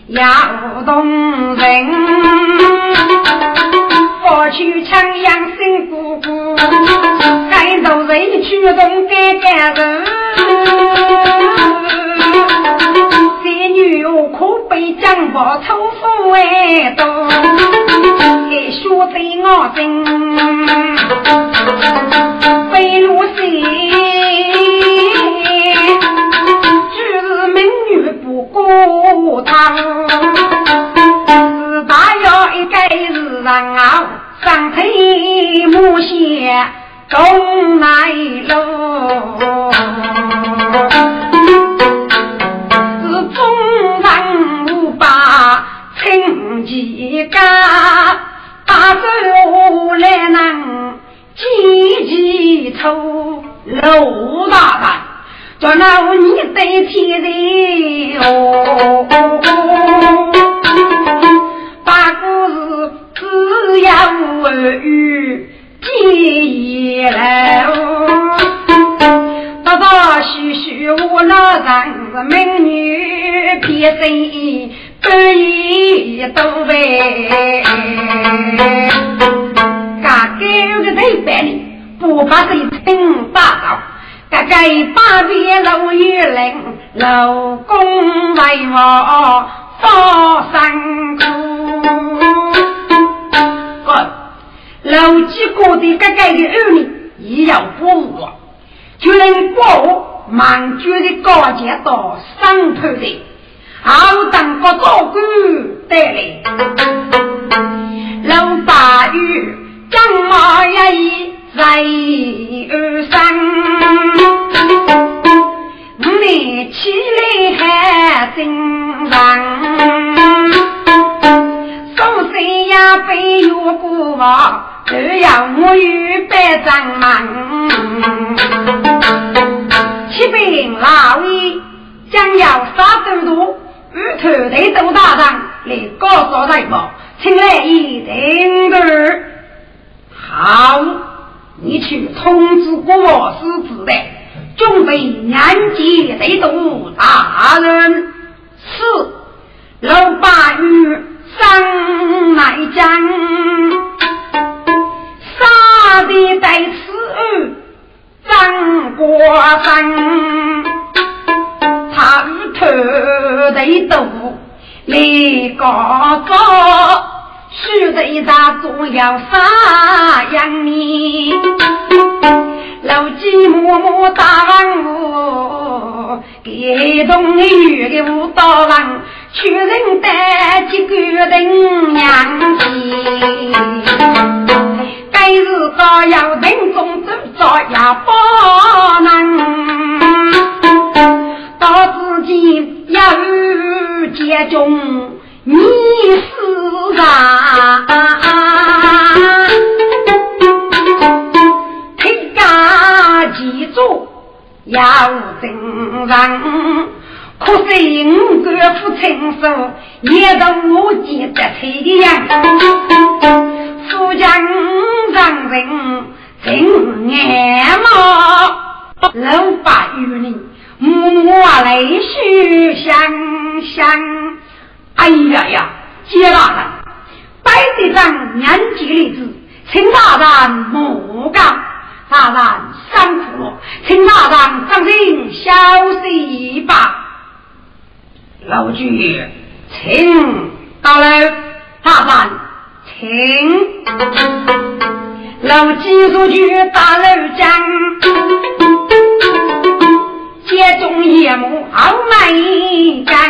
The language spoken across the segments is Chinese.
要动人，过去强养心姑姑，该到人去动该人。这女有苦悲将我仇富为多，给说对我真，非如谁？就是美女不顾他，是大要一个日上啊，上腿木鞋东来路。几个把手来能几头楼大板，这那你得提的哦，把故事只要儿语记来大大许许我那人美女别生不一都为嘎给的对白里不把谁称霸道嘎给把别老月龄老公为我发生苦老几个的嘎给的儿女也要不我就能过满绝的高阶到上头的好当个做官得嘞，老大雨张毛呀一在而上，你起来还真让，手谁呀被有过我，只要我与白张忙，启禀老爷将要杀豆豆。头得都大张来告诉大宝请来一定的好你去通知国师子的准备年纪得都大人是老八与上来将杀的在此张国山他与头得都你个做须得大总要杀养你老鸡默默打完我给动语的舞蹈郎确认带几个人养起该日高要人中走着也不能到自己要接中你死啊推家记住要正常可是应该不成熟也都无忌的推样夫将让人真眼毛老把与你我来许想想哎呀呀接大人白队长年纪里子请大人莫干大人辛苦了请大人掌声消息吧老居请到了大人请老居出去大楼讲接中夜幕好美干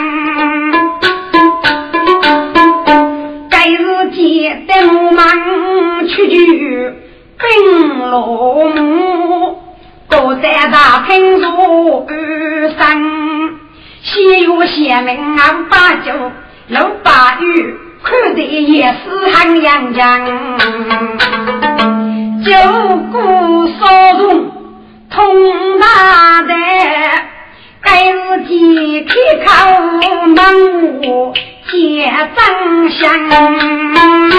该日接的忙去居并落幕都在大平如二三西有些名啊八九老八玉看的也是很阳江九股烧中通大的该日记开口门我结账香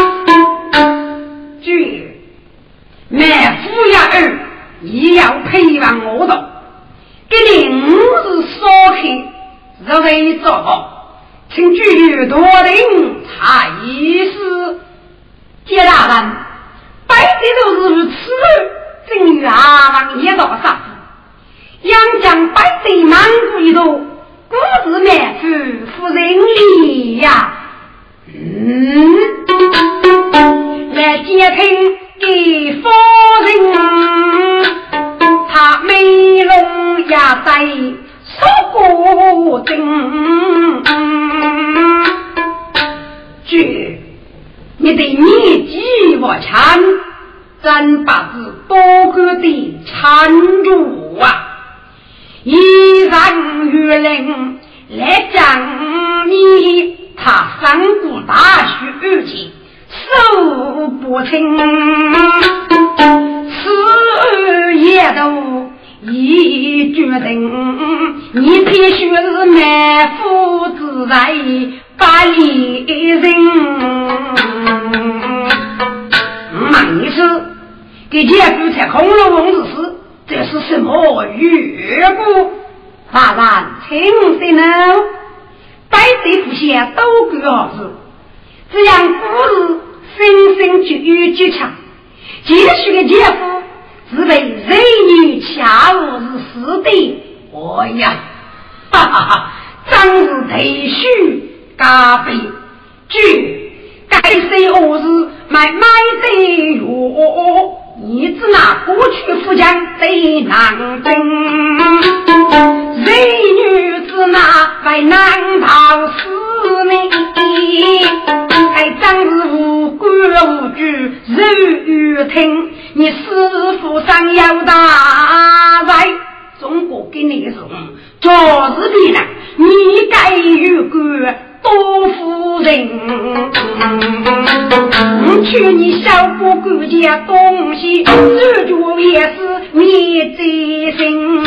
句买夫呀儿也要陪伴我的给临时说开认为做请举多领才是。接大人，百岁都是此正与阿王爷道上，杨将百岁满足一度，故事灭夫人里呀。来接听给夫人，他美容呀在说过真，绝你的年纪我强，真把子多个的缠住啊！依然与人来讲你，他三顾大须去，手不清，此也都已决定，你必须是满腹自在把理人。你是给姐夫才空了王子时，这是什么缘故？大然清醒呢，百岁不写都个好事，这样故事深深去强，继续的姐夫只为人女恰如是死的。哎呀，哈哈哈！张是忒虚咖啡剧该谁我是买的哟，你只拿过去富江最难争，人女只拿来难逃死呢，还张是无辜无惧人与听，你师傅上要大在中国给你说做事必然你该有个多夫人，去你小不顾家东西，这就也是你这心。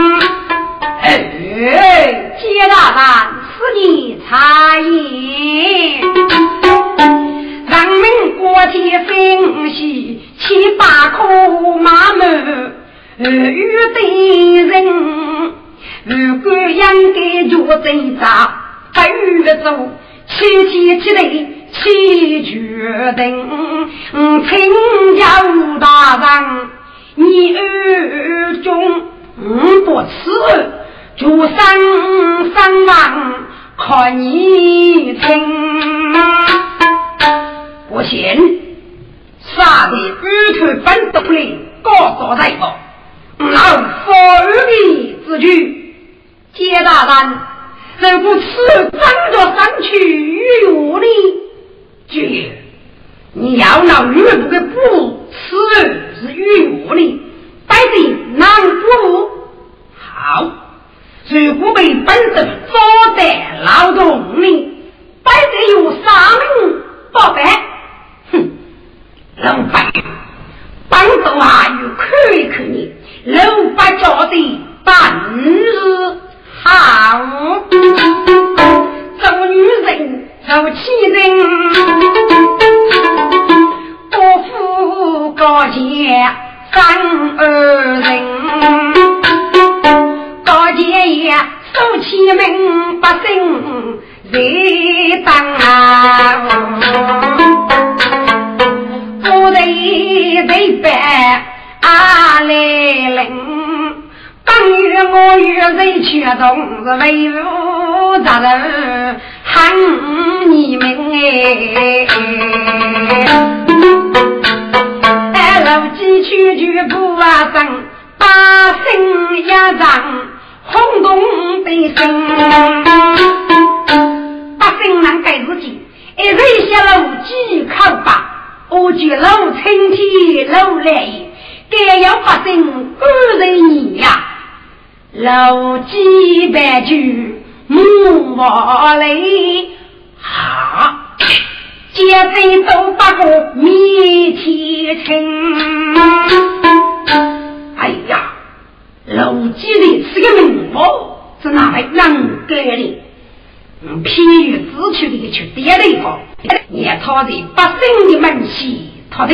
接大人是你差言，让民国体分析七八口马门遇的人，如果应该做挣扎在遇走七类七决定，请教大人你耳中不吃就三万看你听，不行杀的玉腿本都里高所在后老佛语之句，接大人人不吃张着上去与我的绝，你要闹玉不给不吃是与我的摆的难不好，如果被本身做的劳动力摆的有三名报白，哼，能摆帮助还有可以你老把家的本事好，做女人做妻人，不负高洁三二人，高洁也受其名百姓谁当啊，不得白阿来人，当月我月人却总是为父咋的喊你们老鸡去举不啊上把声压上轰动的声，把声难改自己一人下老鸡靠吧，我觉老青天老来该要把声个人你呀，老鸡白句木瓦雷哈，接着都把个米提成。哎呀，老鸡的是个名号，是哪位能给你？偏于自取的去别地方，也操着百姓的门系，他的。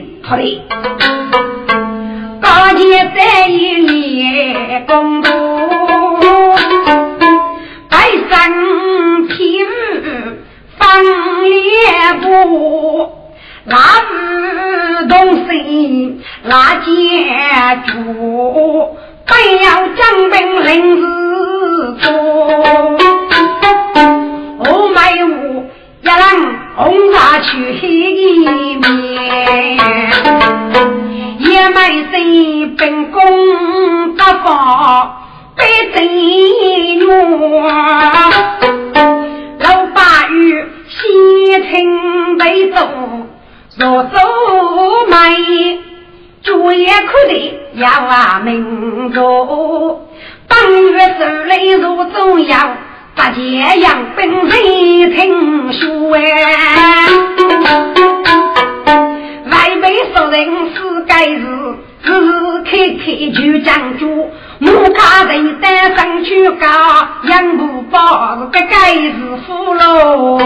高洁在一列公路，百生皮日放烈布，那日东西那接住，不要将兵临日做。我买我一人红茶去一面，也买些本宫的房被贼挪，老八月西城北走，若走买主也可得要啊民族，当月手里如重要，大家养本人听说外北少人是该日日开就将就，木卡人带上去高养不饱个该日富喽，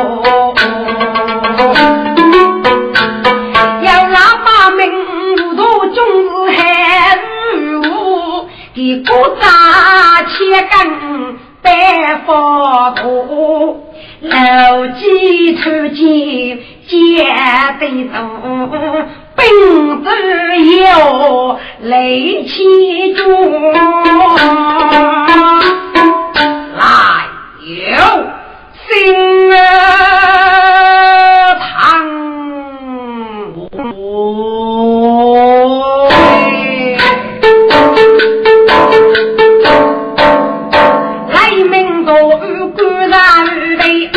要拉把民都终日还日无给鼓掌切干白佛土，老鸡出街接得动，本子有雷气中，来有心堂来明都固然的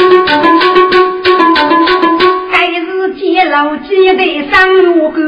老鸡的上路个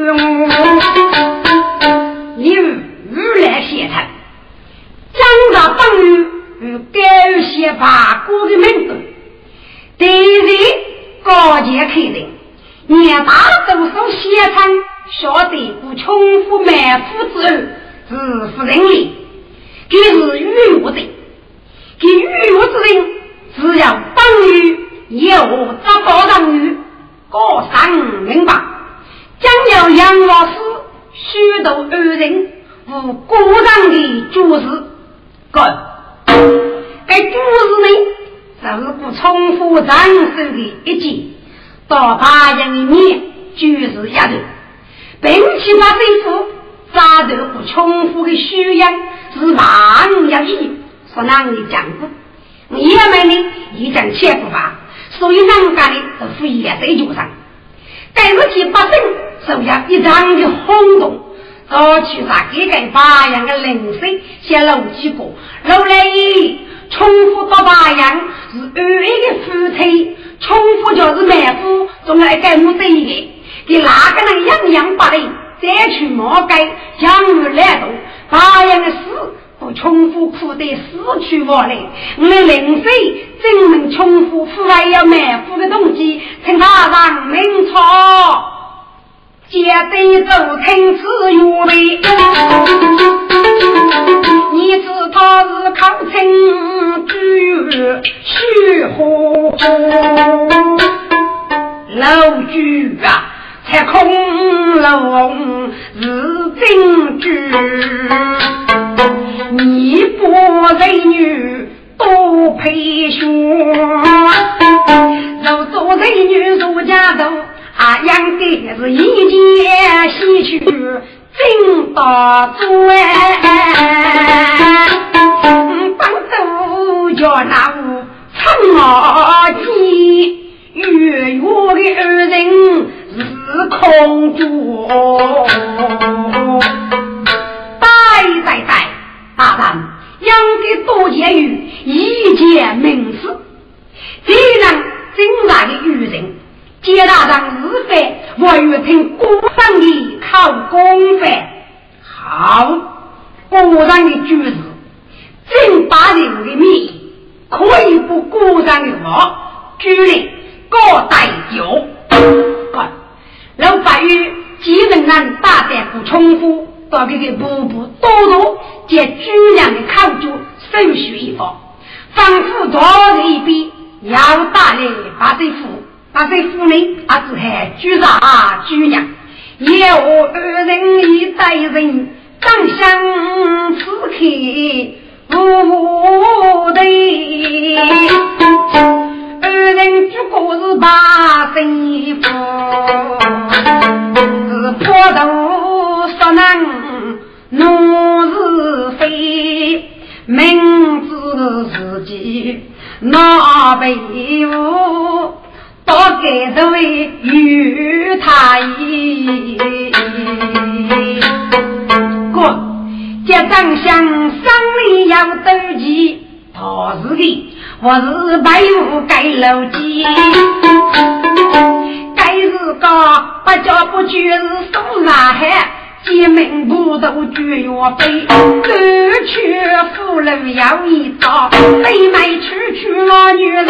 你如来写他张着帮于与高些把国的门子第一高阶开的年大都手写他晓得不重复买夫之后自负人力给是御我的给御我之人只要帮于有这保障于过上明白将要杨老师许多二人无故障的主事该主事呢是不重复战士的一击到8人的面就是压头并其他对付扎得不重复的需要是忙要义所让你讲过也买呢一讲切不吧所以让家里的副业在酒上该不起8分手下一张的轰动早去啥给给8样的零碎先漏几个漏来重复到8样是2个夫妻重复就是买夫总来该木这一个给哪个人样样把的再去毛该将日来动8样的事不重复苦的死去我嘞我们零碎证明重复父爱要买夫的动机请他让明朝接得走听此有理你知他是抗清居虚乎老居啊才空龙是真知你不人女都配兄都做人女入家都养的是一件西去真大做帮手叫那无苍鸡月月的二人是空住代大胆养的多结语一件名词这样精彩的愚人接大上日费我与听鼓上的靠公费好鼓上的句子正把人的命可以不鼓上的我举例各代酒老百语基本上大胆不重复到这个步步多多借居量的靠住手续一方仿佛多人一笔要大力把这副呢只还居上居量也有2人一代人当相此刻无的，二人之故是把身夫，是破头所能怒是非，明知自己那被误，多给这位与他意。这长相生理要得急，他是的，我是白无该牢记。该是个不叫不觉是送上海，姐妹不都绝药飞，歌曲妇人要一招，被卖去了女人。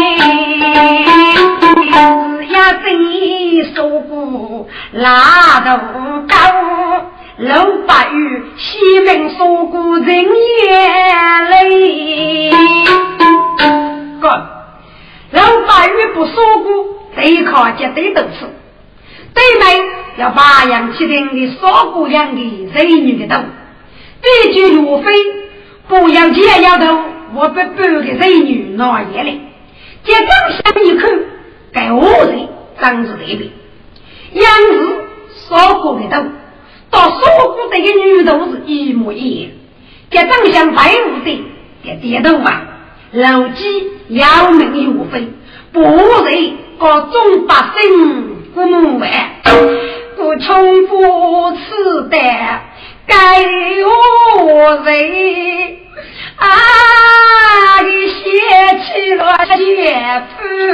只要真说不拉都高。老白玉西门说过人也累，哥，老白玉不说过，得靠绝对都是。对妹要发扬起灵的说过样的人女的头，这句路飞不要接摇头，我不半个人女闹眼泪。这刚想一口，该我人张子对比，样子说过的头。到说过这个女头是一模一样，这长相白无的，这跌头发，老鸡要命有分，不是个中百姓不母外，不重复此的该有人啊！你写起了姐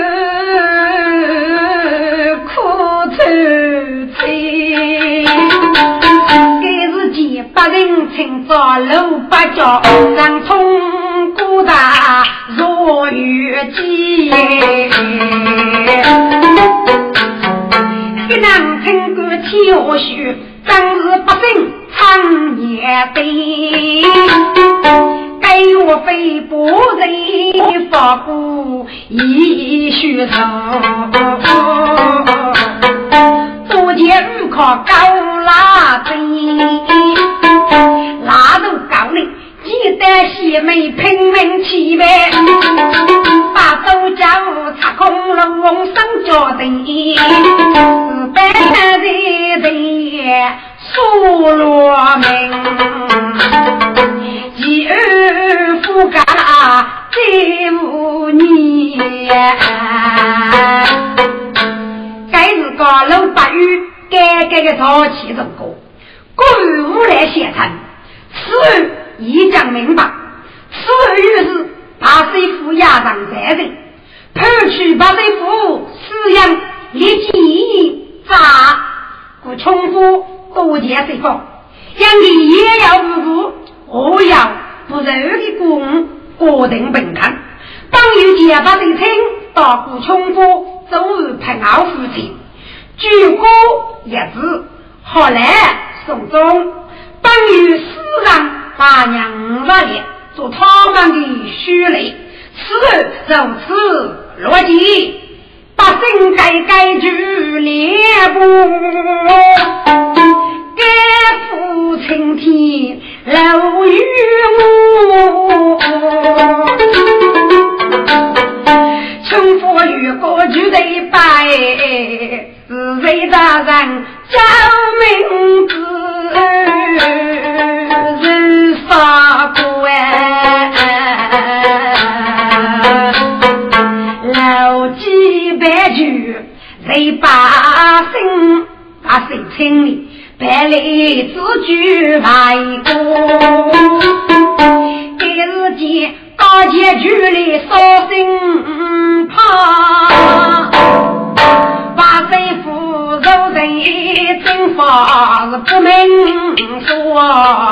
夫苦愁情。把人称作楼八角，让从古大若雨季。一男称个跳须，当日百姓唱也悲。该我非不人发布一须头，多节日考高拉针。拉都高嘞，记得西妹拼命起呗，把手脚插空了往上脚等，是白的也苏罗明，几儿夫家这无你，该是个老八玉，该个淘气的歌。故无来写成，此语已讲明白。此语是把谁夫压上责任，抛去把谁夫饲养立即砸，故重复多节谁方，养的也要不服，我要不柔的功果定本干。当有节把谁听到故重复周日陪熬夫妻，举国也知后来手中当与私人把娘拉脸做他们的虚累，此如此逻辑把心改句列布，该父亲天楼与我穷佛与国就得拜，是为大人教名字人发过老几百句谁把心把谁清理百里之句来过，给自己高阶距离说心怕，把谁扶肉的真法是不明说，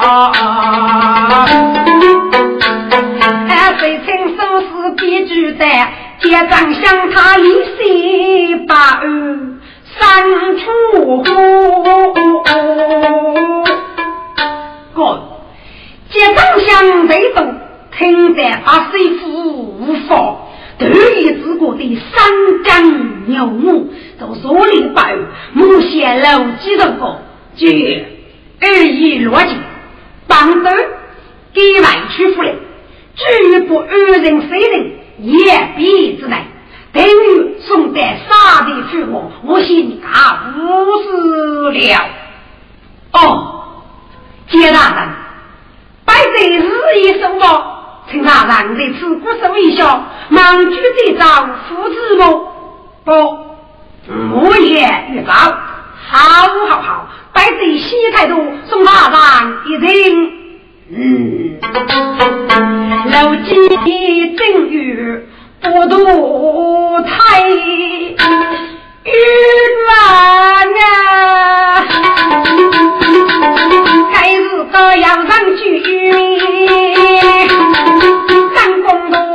谁亲手是必须的结账向他一起把三处过结账向这种听在把谁服无法得意之国的三江牛目都说里把目显楼基的过据二一逻辑帮得给外去不了至于不二人谁人也必之内，等于送在杀的父母，我心啊无事了。哦，接大人，百岁日夜守望，请大人在此不守一笑，忙举这招扶持我。不，我也预兆，好，百岁西态度送大人一人。老鸡正语不渡太冤枉啊，该日都要上去上公路，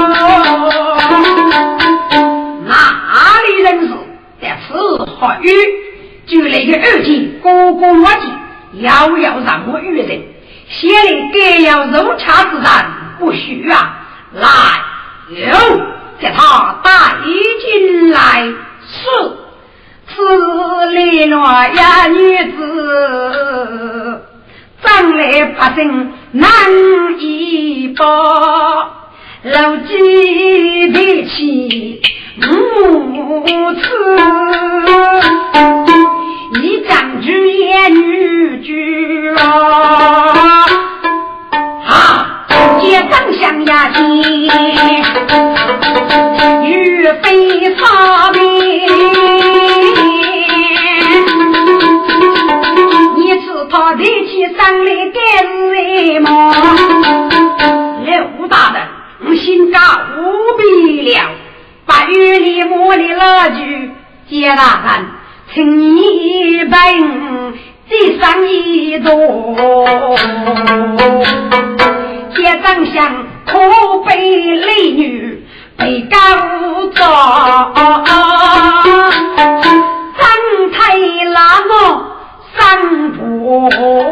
哪里人士在此话语就那个二级高高逻辑要让我遇人写令该要肉茶之人不许啊，来有叫他带进来，是此里诺呀女子将来百姓难以报，老鸡的气母慈，一将之言女居接上向呀亲，欲非发明，你吃他的气上来给什么？刘大人心高无比了，把雨里摸里了句，接大人请你本地上一朵接长相苦悲泪女被告状，张太拉我上步，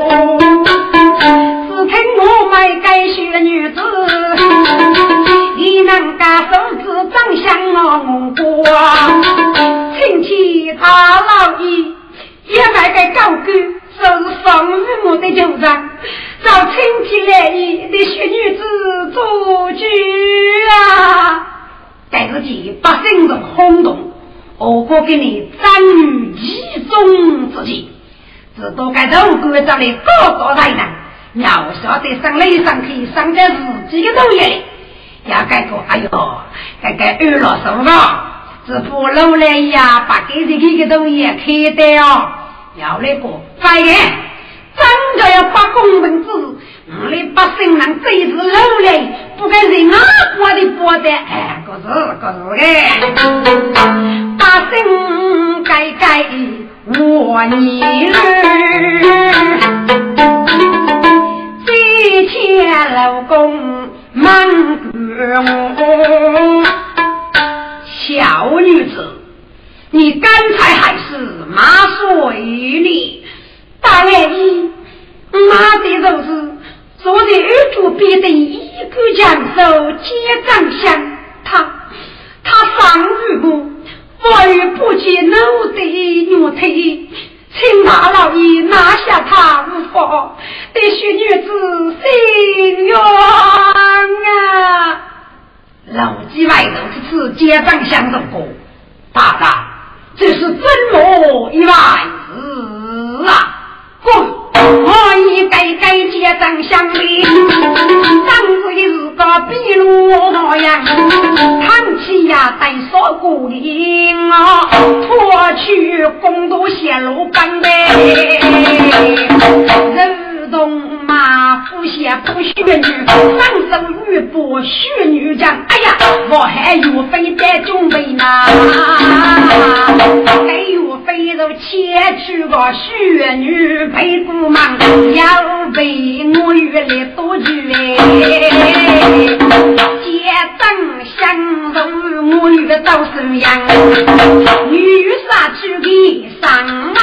只听我买该学女子，你能干手指长相我过，亲戚他老姨也买个高官，是双日我的旧账，找亲戚来意的学女子做主啊！在自己把心中轰动，我过给你张女集中自己，只多该肉骨这里多多才能，要晓得上来上去上在自己的头眼里，要该说哎呦，该娱乐手了。只不楼来呀，把给这个东西开的哦，要那个再人，真的要把公文字，你把新人这一次楼来，不该人啊播的播的，哎，可是哎，把新改我你儿，这天老公忙个小女子，你刚才还是马水里大愿意马的肉是昨日二主别的一个讲手接长相，他防御我我与不接怒的女腿，请马老爷拿下他无法得许女子心愿啊！老鸡外头这次接长相中过，大大这是真魔一外子啊！我已该接长相里，当时也是个比路模样，看起呀带锁骨领啊，脱去公都显露帮的人动马夫写不学女，上手玉波学女讲，哎呀我还有非在准备呢，还有非都切去个学女陪姑忙，要被我越来多句接正相容我与到手样，女杀去给上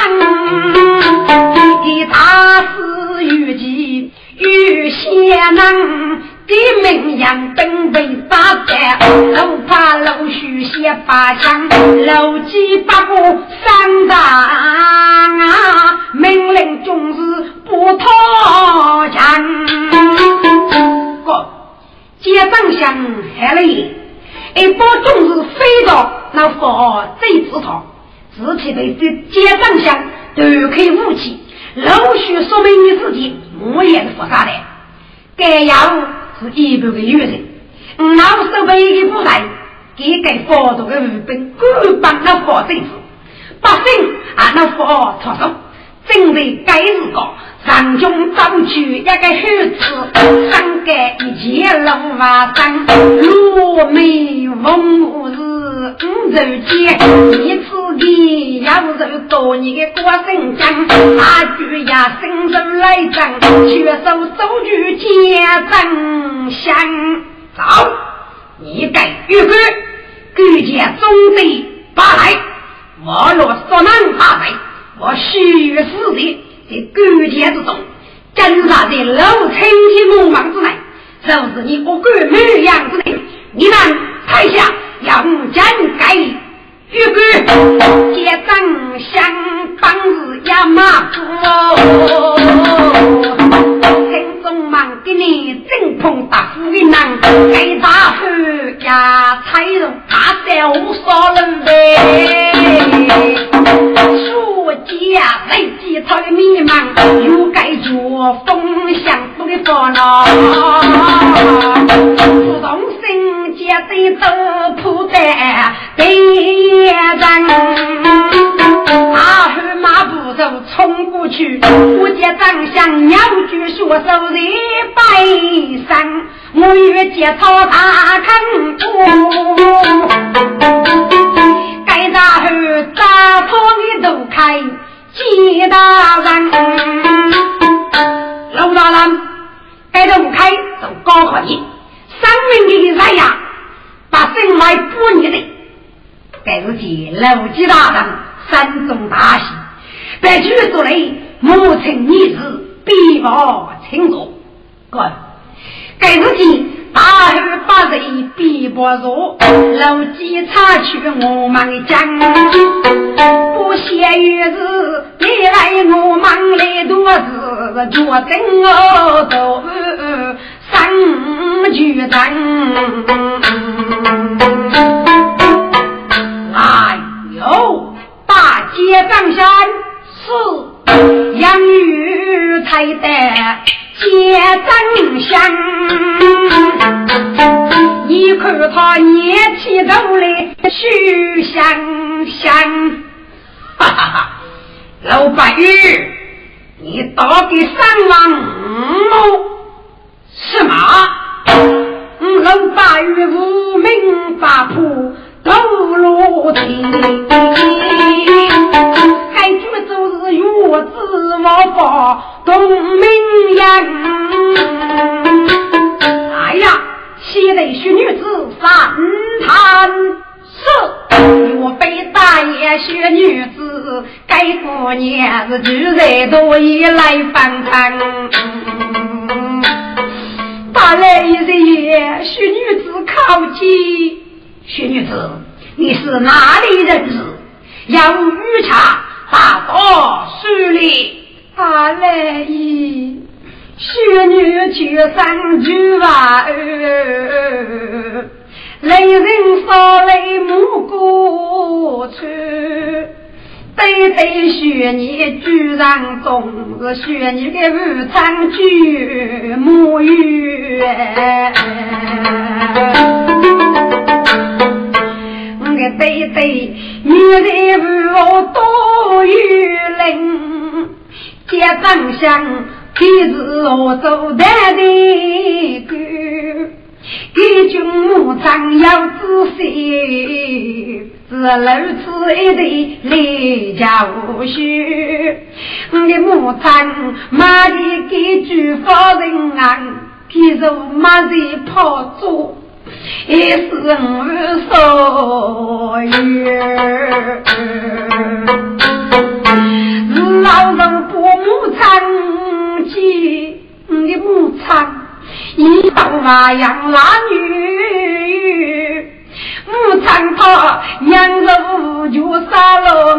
门给打死虞姬与邪能的名扬登被打在楼怕楼须写八枪楼鸡八股三大啊命令终日不脱枪长相害了也，一波总是飞到那佛最之头，自己对这接长相都可以武器，陆续说明你自己我也是佛杀的。该要是一部个女人，老手背的不来，给佛陀的日本各帮那佛最子，百姓啊那佛脱手，正为该日个。上中早去一个靴子，上个一切龙马上，罗眉凤日五日间，一次的要是多你的过生江，大举呀生人来争，血手手举接正相走，你该预估具结中的八来，我若所能八来，我须死的。在勾结之中，真杀在楼层的罗莽之内，就是你不管没样之内，你让台下要真改预估结账相当日呀马虎听中忙给你正碰大夫的难该大夫呀才能大小无所能呗书记呀累积他的迷茫有该做风向不的烦恼不动心结的都铺在别人阿和马步走冲过去我见长相鸟居说手的背上我越接草大看该大和大头的都开几大人老大人该都开走高可以三名的来呀把生来拨你的该如今老几大人山中大喜在剧组里母亲女子必报清楚该如今大儿把人必报弱老几插去我们讲不歇于日你来我们来多日决定我都三局长哎呦大街上山是养育才的接正香一口他捏起头来去香香哈哈哈老白玉你打给三王什么老白玉无名法铺都落地该举就是月子我法东明人哎呀西雷许女子三坛是我被大爷许女子该过年子举人都已来反抗大雷爷许女子靠近许女子你是哪里人士要御茶大多势力大雷爷许女去上句话雷人说雷母过去对对许你居然总是许你的日常剧母语对对女的我多于人接长相其实我走的个给君母长要仔细只如此一对离家无须我的母长马的给句发人安其实马的跑走也是无所愿老人不母长起你的母长一到那养男女母长他养肉就杀了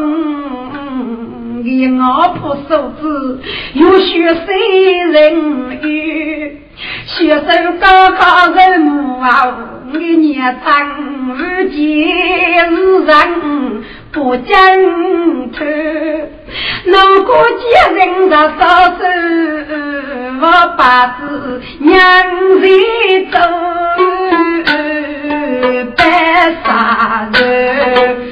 给我破手指有血谁人鱼学手高高人母啊，我年长日节日人不讲头，能过节人的少手，我把子娘人走，白啥人。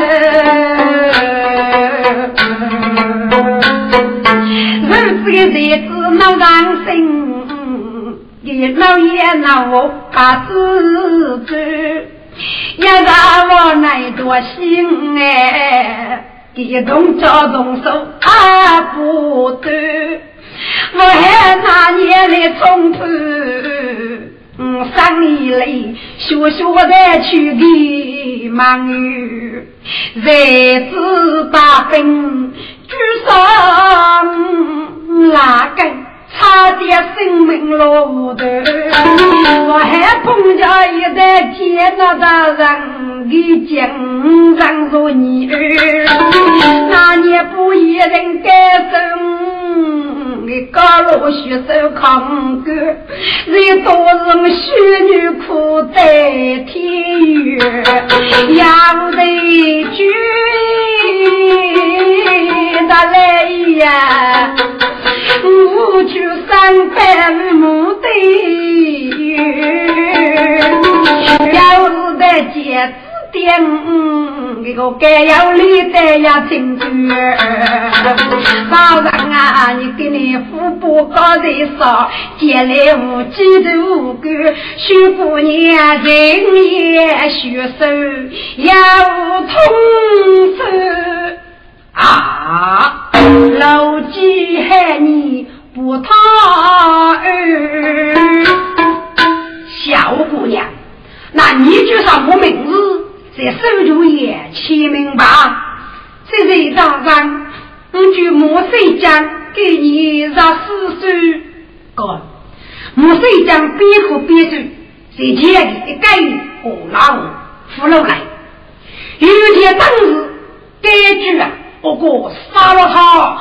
日子日子闹伤心，一闹也闹我把自己，也让我那多心哎，一动着动手啊不对，我还那年来冲突。三年来学学的去的忙于日子打拼居上哪根差点生命落的，我还碰见一代天大的人的精神如你那年不一人该生你高楼学手抗歌人多人虚女苦在天月要得居大来呀无去300亩地要的节子点这个该要理的呀听句老人啊你给你父母高人少借来无几的无辜许姑娘人也学手要通手啊老几害你不讨小姑娘那你就上我名字在手中也起名吧这是早上我就莫谁讲给你让4岁哥莫谁讲边哭边走谁家里的该我老扶楼来有一天当时该句啊我过杀了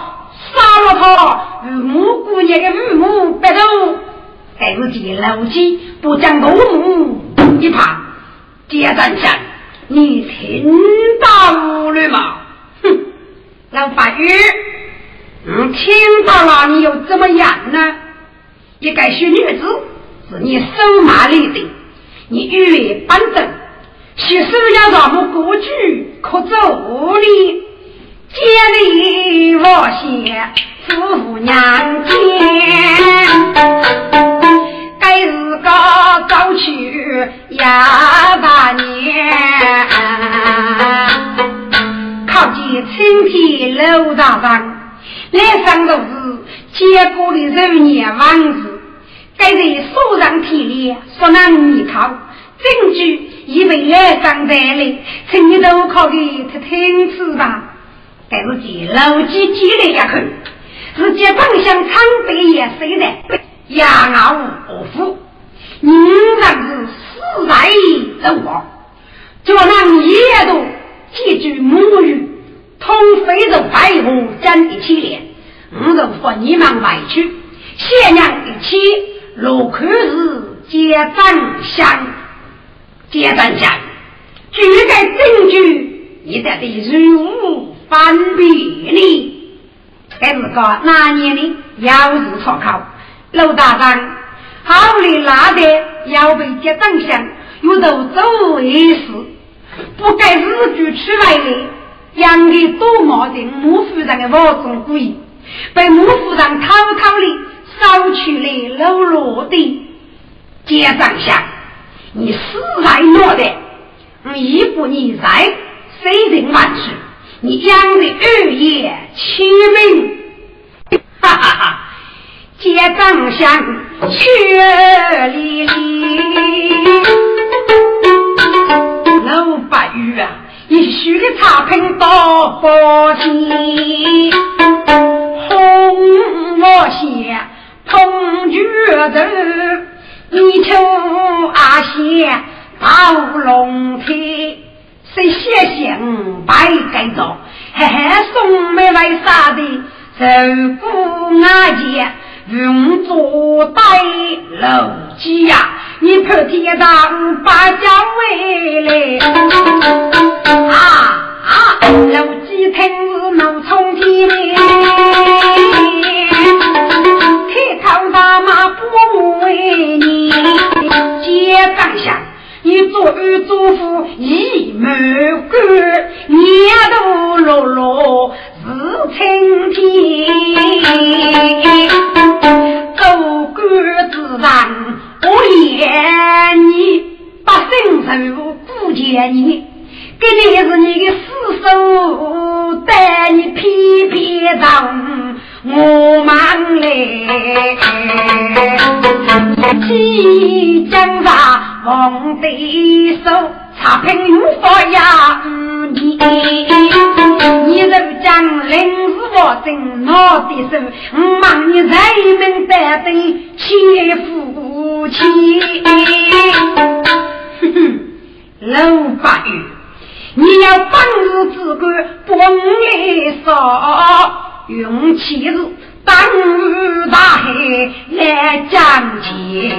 他母姑娘的父母白头该是几老鸡不讲母母一旁接站下你听到了吗哼老法语听到了你又怎么样呢一个许女子是你手马里的你越板正是手要让我过去可走里接里我写夫妇娘亲该日个早去呀大年靠近青天楼大上来上都是结果的人年王子该在手上体力说难你靠证据以为来上在里请你都考给他听吃吧该是几老几积累下去是接方向长北也谁的压熬我夫你让是死在的我就让也都记住母语通非洲白虎占一起脸都分你们外去谢娘一起路口是接站相举个证据你得如无反比例这是个那年的要日错考楼大上好里拉的要被接长相又都走一时不该日剧出来的养的多毛的母夫人的我中故意被母夫人偷偷的烧去了楼落的接长相你死来落的一步你在谁人万事你养的日夜齐名哈哈哈接长相却离老白玉啊一须的差评到火气红我血碰觉得你求阿些到龙体谁谢行白改造嘿嘿送没来啥的手骨阿姐用作带楼机呀，你破天上把家回来楼机听是能冲天开头大马不为你接当下你做儿做父一门干年都落落是青天走官自然我言你把生手顾见你给你是你的四手带你皮皮上我忙嘞即将把王的手差评如法呀你就将临时我正拿的手忙你人们带的切夫妻老八月你要帮助自个帮来少用气日当大海来讲解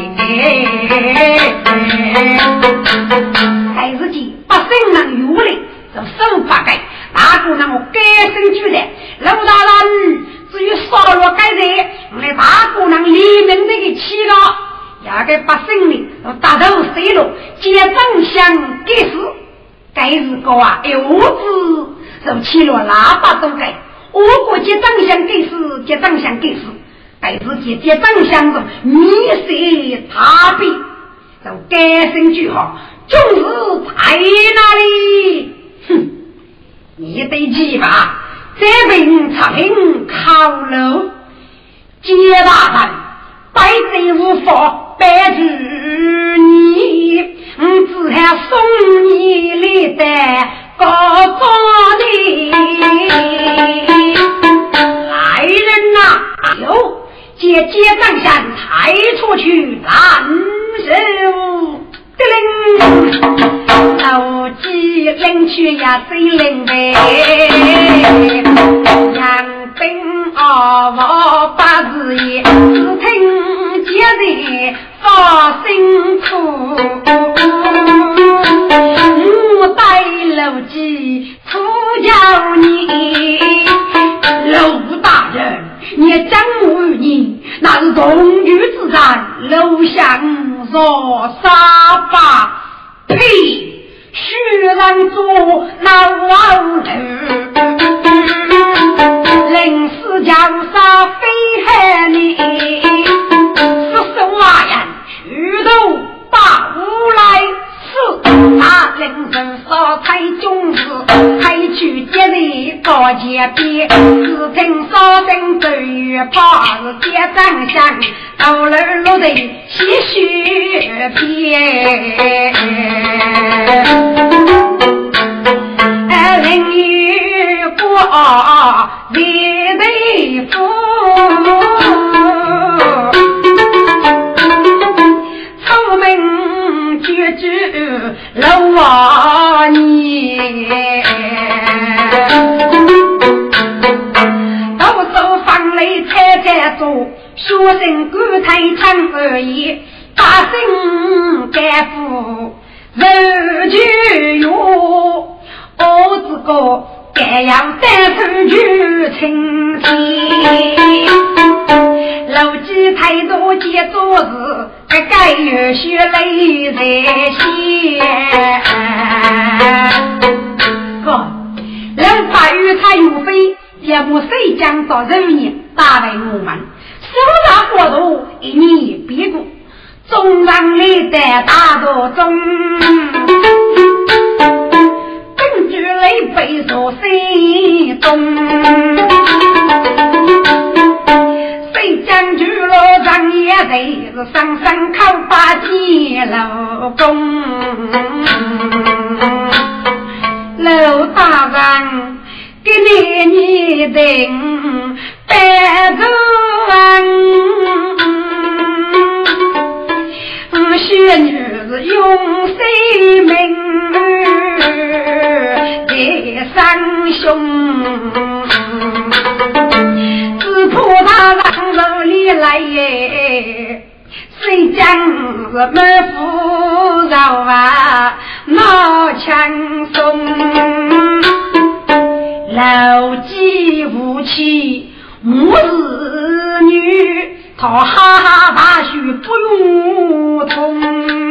开始记把生能有力就手把盖大姑娘我改生举来老大人至于烧了改人我来大姑娘里面这个气了也该把生命都打到水了接正相给死该日个啊有子就起了喇叭都改我国接正相给死接正相给死该日接正相的迷失他比就改生句好终日在哪里哼你得记吧这边长平靠楼接大人白贼无法白举你只还送你来的高高的来人呐有接正山抬出去拦手手机领去呀谁领呗杨兵我把日夜只听节日发辛苦我带楼机出教你楼大人你张无你那是冬雨之战楼上若沙发呸虚让做那王头临死家杀非害你是什么人虚头把无来是他临身烧菜中子还去接力高街边只听烧灯对于把是接正相到了路的些许片淋雨过热的风出门绝句楼啊你到手放雷踩踩走学生歌台唱而已大声改服人句哟我自个该要带出去清晰楼机太多接桌子该有血泪在血人法语他有非节目谁将到人民大为我们手拿活动一年别过中让你的大道中根据雷背所心动谁将举了张也得是上上靠把几老公老大人给你定白头学女子用谁名的三兄只怕他让手里来满腹肉啊闹枪松，老鸡无气母子女，他哈哈大许不用痛。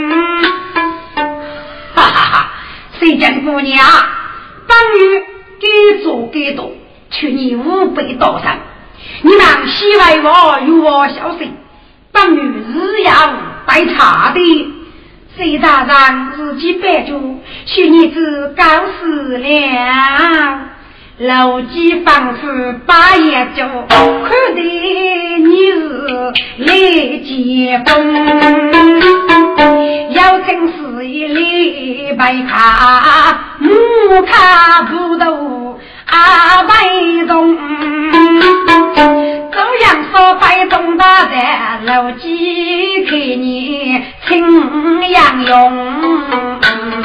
哈哈哈，谁家姑娘当于给做给多，去你500多上，你让西外我与我消息，当于日要带茶的，谁大让自己白住，许你子告死了。老鸡仿佛把眼就看得你是来接风，要真是一粒白卡木卡不斗啊白动，这样说白动大的老鸡给你清阳用，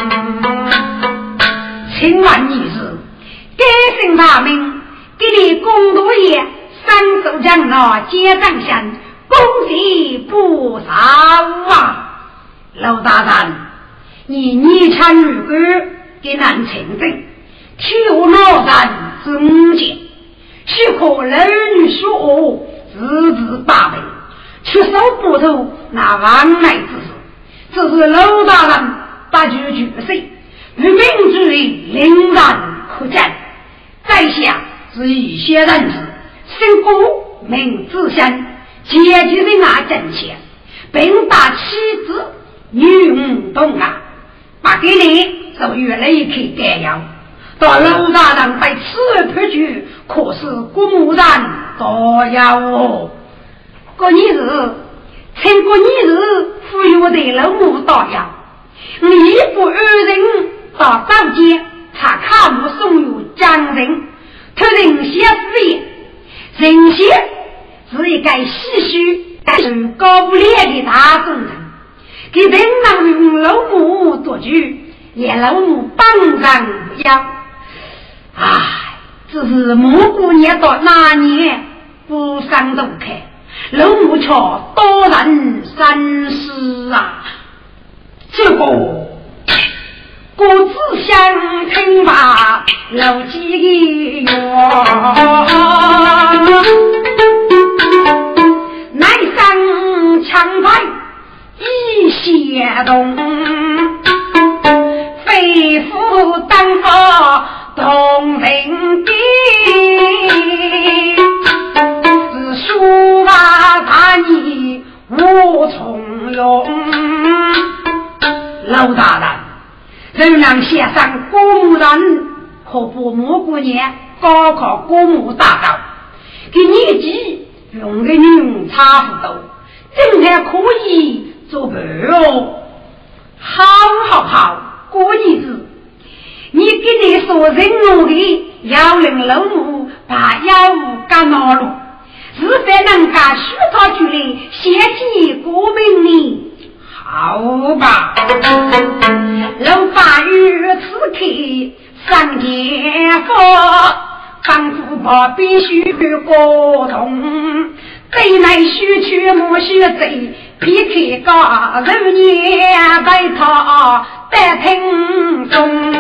清完你是该姓大名，给你公道业，三手将老接掌线，恭喜不少啊！老大人，你参与个给难成真，替老人增减，许可儿女说日子大备，去手不头那往来之事，这是老大人把局谁与民主领然可见。在下是一些人士，身故名自身，阶级人啊挣钱，并把妻子女动啊，把给你就越来越去改样。到老大人被此判决，可是国母人都要哦。过年日，趁过年日，忽悠的老母到样，你不二人到道街。他看不送有匠人，他人些事业，人些是一个唏嘘但是高不烈的大众人，给人让用老母夺取，也老母帮上不要。唉，只是蘑菇年到那年不上都开，老母却多人三思啊，这个故自相听吧，老几个乃上强派一些动，肺腑当作动人的，是书法大逆无从容。老大人仍然写上国母人，可不蘑菇年高考国母大道，给年纪用个女差不多，正才可以做伴哦。好，过日子，你给你说人路的要令老母把药物干冒了，是非能够许他出来写起国民呢。好吧，老法与此刻上天佛，仿佛把必须沟通，对乃须去莫须贼，劈开个人年在他在听中，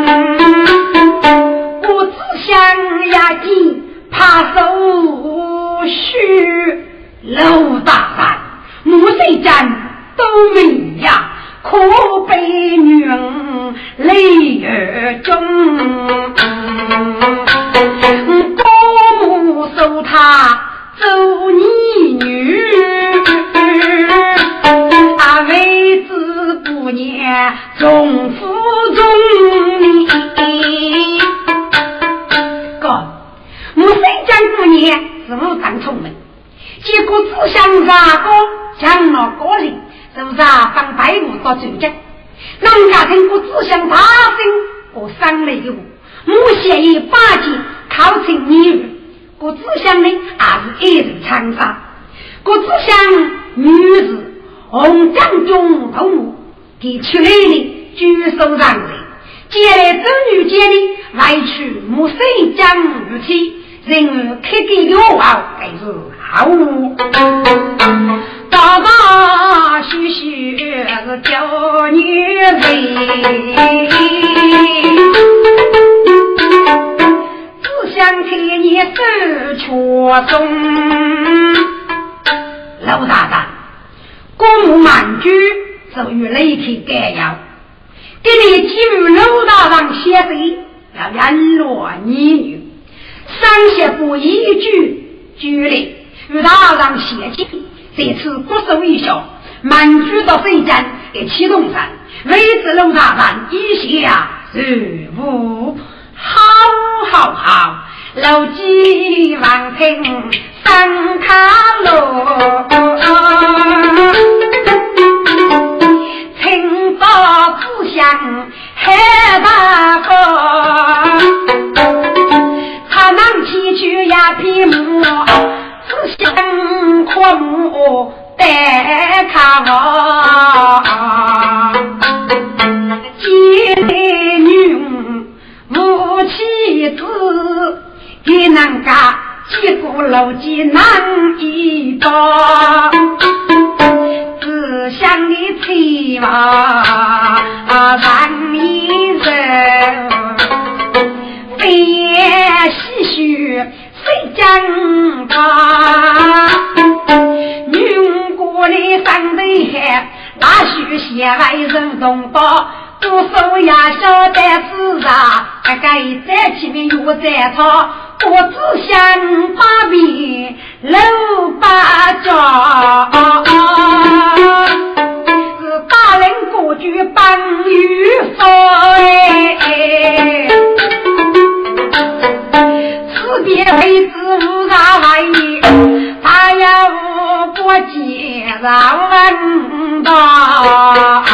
我只想压紧怕手续老大人莫谁战都没呀，可悲女人泪儿中，国母收他走逆女，为子不念重负重你哥母谁讲不念是不当聪明，结果只想啥个将了过里是不是放白骨到酒家人家听过只想大声我伤了一个母血一八斤靠近女我只想呢也是一人长沙我只想女子红将中头目给出来的举手让位接来子女间的来去母谁将如期人儿开给有好还是好大大虚虚是叫女人，只想替你手阙中。老大大公务满居就与雷霆改谣，给你记录老大大写的要联络你女，上写不一句举例与大大写记，这次不受一笑，满居到水战给启动山，为此老大大一下日无好，老几望听上卡路，情报自相海大河，他能提取呀皮木，自相阔木带卡我，姐妹女无妻子也能干，几股老几难一把，只想你妻娃让一人非也唏嘘谁讲他女国里上的海大许些爱人动刀，多手呀小袋子啊，该在前面有在操，我只想把笔搂把脚，是大人过去帮雨风，此别为子无啥玩意，他要无过节让人道。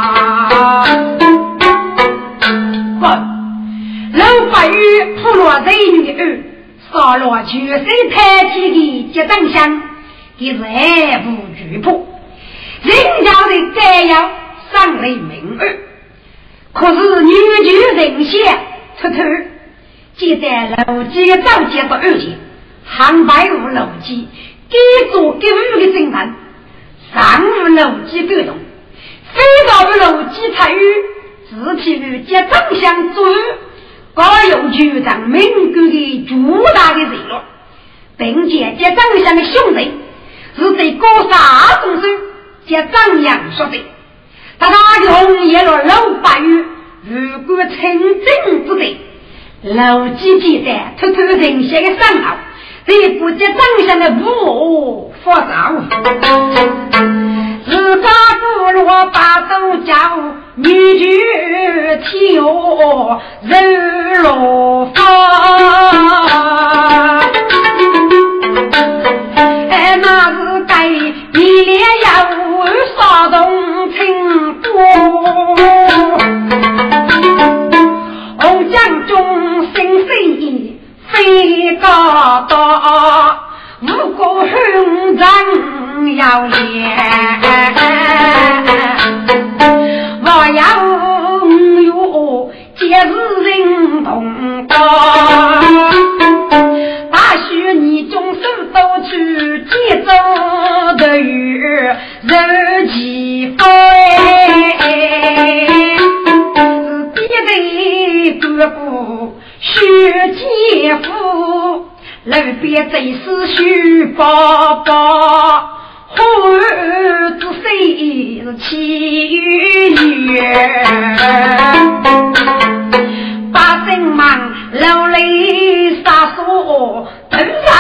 老法语普罗人女儿扫落全身太体的结账箱，也是爱不惧破，人家的该要上类名儿，可是女婿人血偷偷记得楼基的造节和二节杭白无楼基给做给予的精神，上无楼基各动，非到的楼基参与自体与结账箱做高有局长民国的巨大的罪恶，并且这张相的兄弟是对高沙东生这张扬说的，他用也了老八月，如果成真不对，老几记得偷偷人些的上脑，这不这张相的不发烧，自家不如把手脚女婿替我人落发，那是该一脸要骚动情波，红将中心谁非高大，无辜红人要脸，我要有节日人同胞，大许你终身都去接走的雨人几飞，别的哥哥学姐夫老别贼是许宝宝，儿子谁是其余把身忙流泪撒手等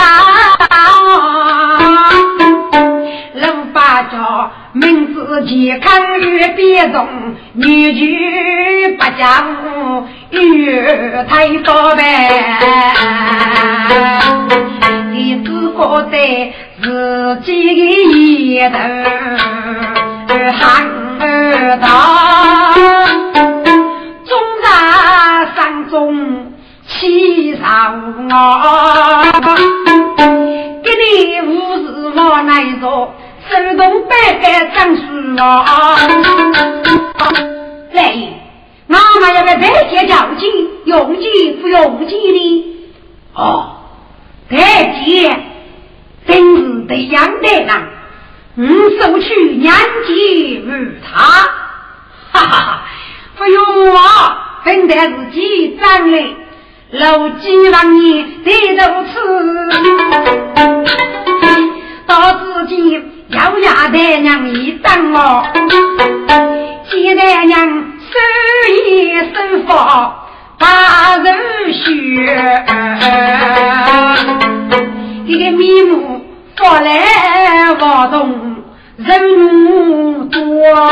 老把着名字健康越别动，女婿不讲越太多呗，你只觉得自己也的喊儿道，中大山中气上我，给你无事我来做手动白白长树啊！来，妈妈要在白天交际，用计不用计呢？哦，白天真是得养的人，手走去年纪与他，哈哈哈！不用我，本得自己站嘞，老几让你得到此，到自己咬牙的娘一当我，记得娘手一手法把人学，一个迷目过来活动人多，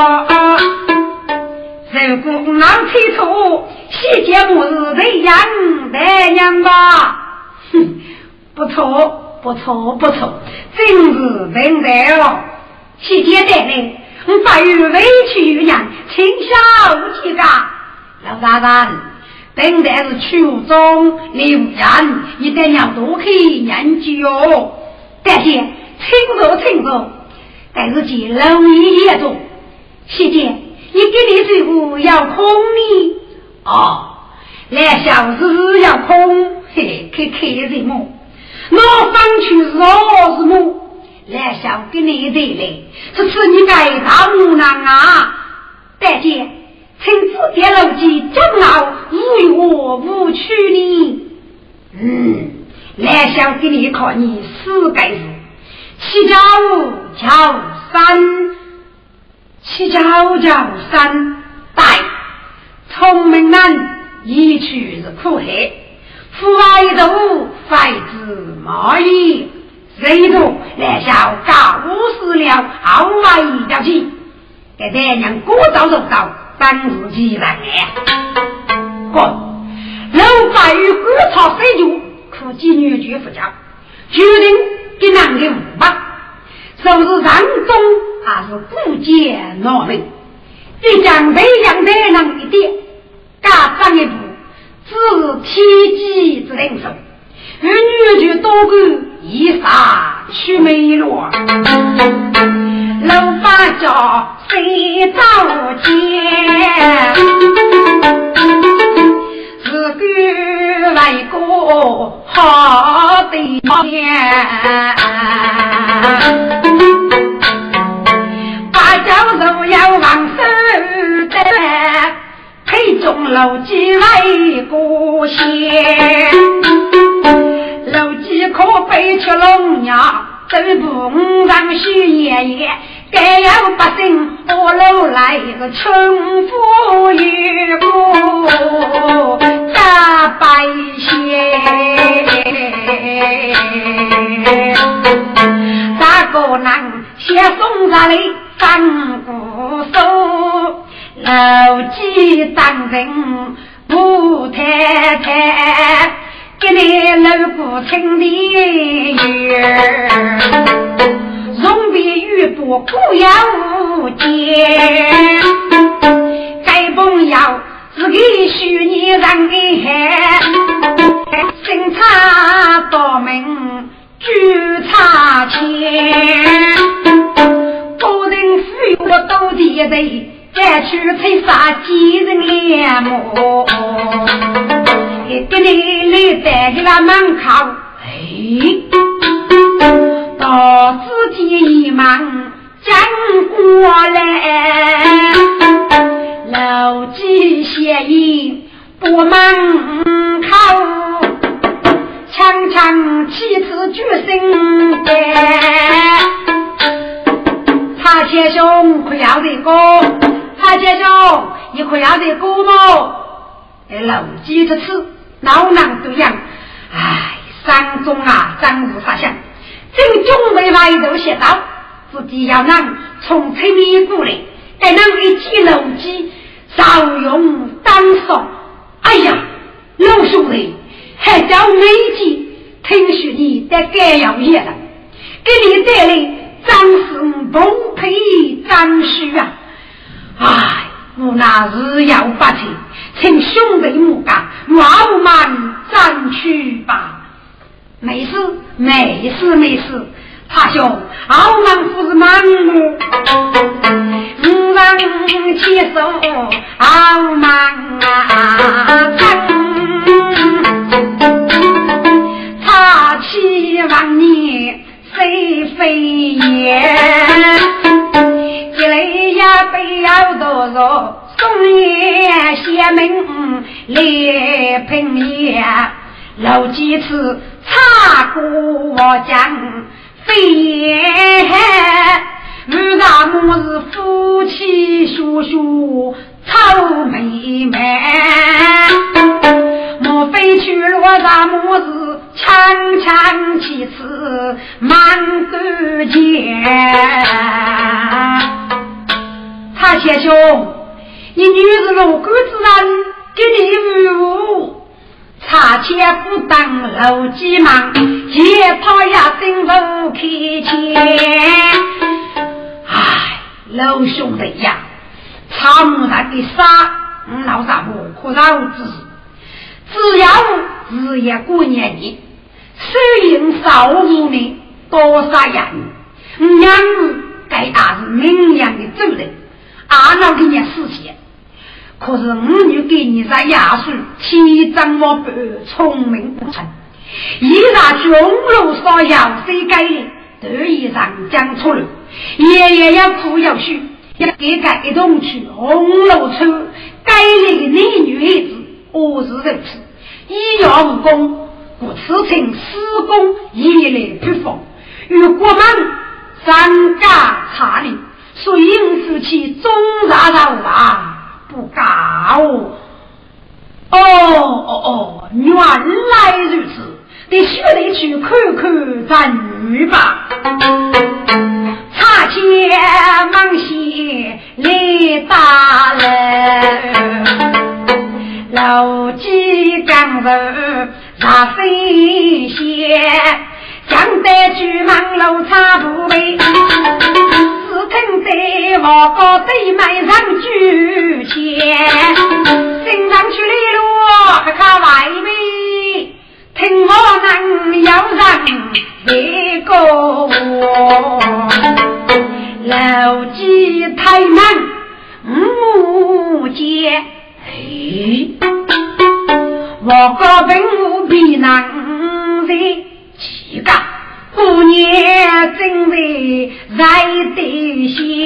如果脑推出细节末日这样的样吧，哼，不错不错不错，真是真的哦。细节的呢，把与委屈人轻笑几个老大人，等的是秋中留人一定要多去研究，但是清楚但是几老爷中细节一给你水壶要空你哦2小时要空，嘿嘿嘿人么我方去若是么2小给你的嘞，这是你该大木囊啊，但是请自给老几正好无我无趣你2小给你考你4个字7加5叫3，7加3带聪明人一去是苦黑，父爱斗孩子蚂蚁谁都2小搞50了好外一条气给别人鼓捣手搞当自己来滚老白与鼓草谁就可见女婿不教决定给男的5吧，是不是ran中还是不见脑力一讲这样的人一点加上一步只是体积之领手与女婿多个一杀去没落老八叫谁造见自个来过好的天把教授要往手的配中老几来过些老几可背起龙呀走不让许爷爷该要把心我楼来个春风雨过大白鞋大个男写送上来三股手老几当人不太太给你老古清的月容比玉不不要无间该不要自己许你让给生差多名举差钱不能费我都地的再去推杀几人脸目给你来带给他们考到自己一忙讲过来老几协议不忙考强强气次决心的他切兄快要的歌他切兄你快要的歌吗老几这次恼囊都样唉山中啊张如发现正中为外头写道自己要能从村里过来该能一起老几少用当手哎呀老兄弟还叫媒体听说你在该要业了给你带来张氏崩培张须啊唉我那日要发起请兄弟木干我们争取吧没事他兄傲慢不是盲目让起手傲慢他期望你谁非也来平也，老几次擦过我讲非也，如大母是夫妻叔叔臭妹妹，莫非去落大母是强强其词满个间。他姐兄，你女子如果自然给你服务，差且不当老鸡忙，也怕呀心不开钱。唉，老兄弟呀，差木那给杀，老啥不可饶之。只要日夜过年的，虽因少无呢，多杀人，娘该打是明阳的责任。阿老给你事情，可是我女给你在亚述七张我不聪明不成，一大中路所要谁改的得以上讲出来，爷爷要哭要许，要给改动去红楼村改了个男女孩子，我是如此，一要无功，故此请施工一类不放，与国门三家查理。所以夫妻终杀到啊，不高哦，原来如此，得须得去看看咱女吧。差钱忙些来打人，老鸡刚人那飞些，将得去忙楼差不为。听得我高对买上举钱，身上去里路还看外面，听我能要让这个老鸡太慢接我高本无比难的几个过年真的在得些，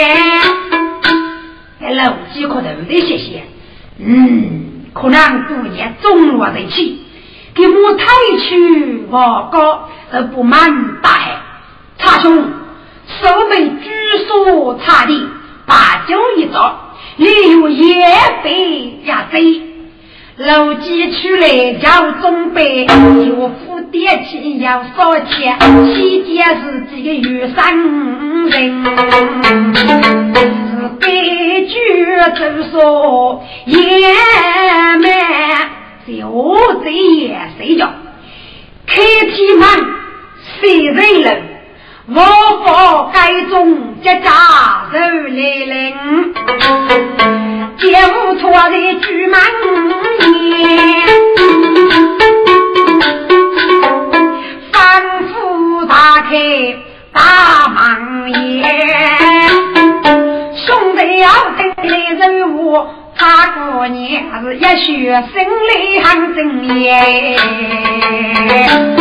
老几可能得谢谢，可能过年中落在起，给我抬去我高而不满大海，差兄手被拘束差的把酒一早，例如也被压贼。老鸡出来叫中北，有副爹亲要烧钱，西街是这个有三人，是悲剧之说也没就这也谁叫开题man谁人人我佛该中这家人来人节目错的巨满眼反复打开大忙眼兄弟要等的人物他过年是也许生理很正业